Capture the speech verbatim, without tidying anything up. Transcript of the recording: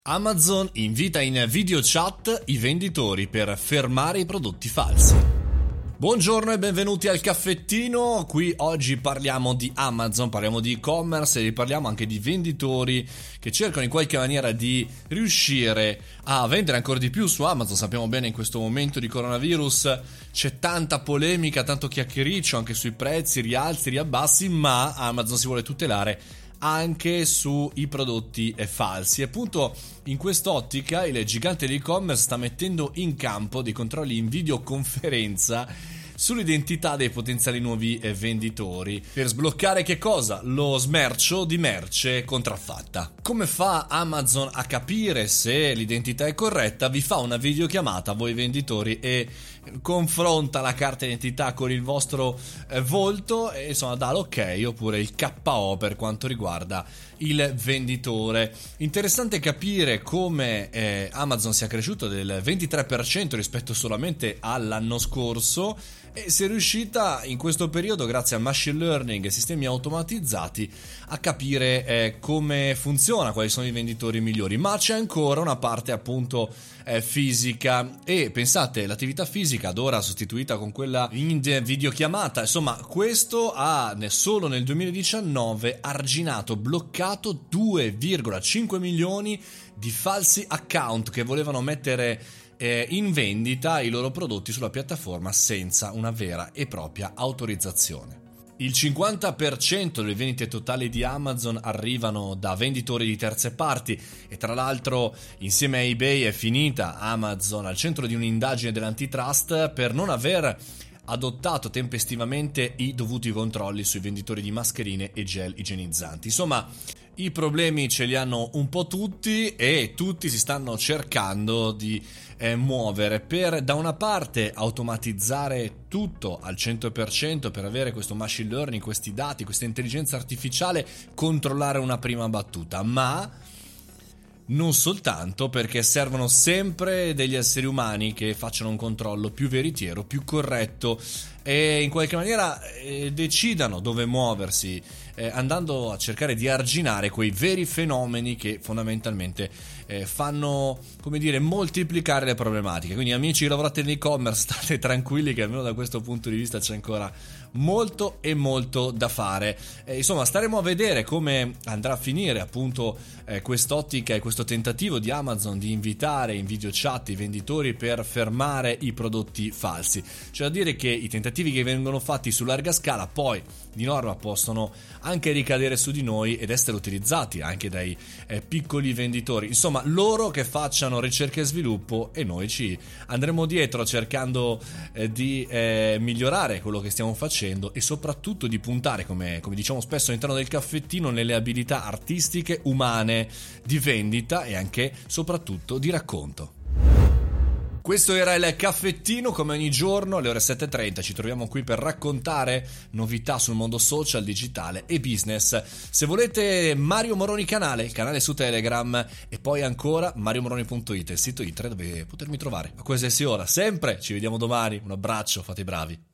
Amazon invita in video chat i venditori per fermare i prodotti falsi. Buongiorno e benvenuti al caffettino. Qui oggi parliamo di Amazon, parliamo di e-commerce e parliamo anche di venditori che cercano in qualche maniera di riuscire a vendere ancora di più su Amazon. Sappiamo bene, in questo momento di coronavirus c'è tanta polemica, tanto chiacchiericcio anche sui prezzi, rialzi, riabbassi, ma Amazon si vuole tutelare anche sui prodotti falsi. E appunto in quest'ottica il gigante dell'e-commerce sta mettendo in campo dei controlli in videoconferenza sull'identità dei potenziali nuovi venditori per sbloccare che cosa? Lo smercio di merce contraffatta. Come fa Amazon a capire se l'identità è corretta? Vi fa una videochiamata a voi venditori e confronta la carta d'identità con il vostro eh, volto e insomma dà l'ok oppure il K O per quanto riguarda il venditore. Interessante capire come eh, Amazon sia cresciuto del ventitré per cento rispetto solamente all'anno scorso e si è riuscita in questo periodo, grazie al machine learning e sistemi automatizzati, a capire eh, come funziona, quali sono i venditori migliori. Ma c'è ancora una parte appunto eh, fisica e pensate, l'attività fisica ad ora sostituita con quella in videochiamata, insomma questo ha solo nel duemiladiciannove arginato, bloccato due virgola cinque milioni di falsi account che volevano mettere in vendita i loro prodotti sulla piattaforma senza una vera e propria autorizzazione. Il cinquanta per cento delle vendite totali di Amazon arrivano da venditori di terze parti e tra l'altro insieme a eBay è finita Amazon al centro di un'indagine dell'antitrust per non aver adottato tempestivamente i dovuti controlli sui venditori di mascherine e gel igienizzanti. Insomma, i problemi ce li hanno un po' tutti e tutti si stanno cercando di eh, muovere per, da una parte, automatizzare tutto al cento per cento per avere questo machine learning, questi dati, questa intelligenza artificiale, controllare una prima battuta, ma non soltanto, perché servono sempre degli esseri umani che facciano un controllo più veritiero, più corretto e in qualche maniera eh, decidano dove muoversi, eh, andando a cercare di arginare quei veri fenomeni che fondamentalmente eh, fanno, come dire, moltiplicare le problematiche. Quindi amici che lavorate nell'e-commerce, state tranquilli che almeno da questo punto di vista c'è ancora molto e molto da fare. Eh, insomma, staremo a vedere come andrà a finire appunto eh, quest'ottica e questo tentativo di Amazon di invitare in video chat i venditori per fermare i prodotti falsi. C'è da dire che i tentativi che vengono fatti su larga scala poi di norma possono anche ricadere su di noi ed essere utilizzati anche dai eh, piccoli venditori. Insomma, loro che facciano ricerca e sviluppo e noi ci andremo dietro cercando eh, di eh, migliorare quello che stiamo facendo e soprattutto di puntare, come, come diciamo spesso all'interno del caffettino, nelle abilità artistiche, umane, di vendita e anche soprattutto di racconto. Questo era il caffettino, come ogni giorno alle ore sette e trenta ci troviamo qui per raccontare novità sul mondo social, digitale e business. Se volete Mario Moroni canale, il canale su Telegram e poi ancora mario moroni punto it, il sito internet dove potermi trovare a qualsiasi ora. Sempre ci vediamo domani, un abbraccio, fate i bravi.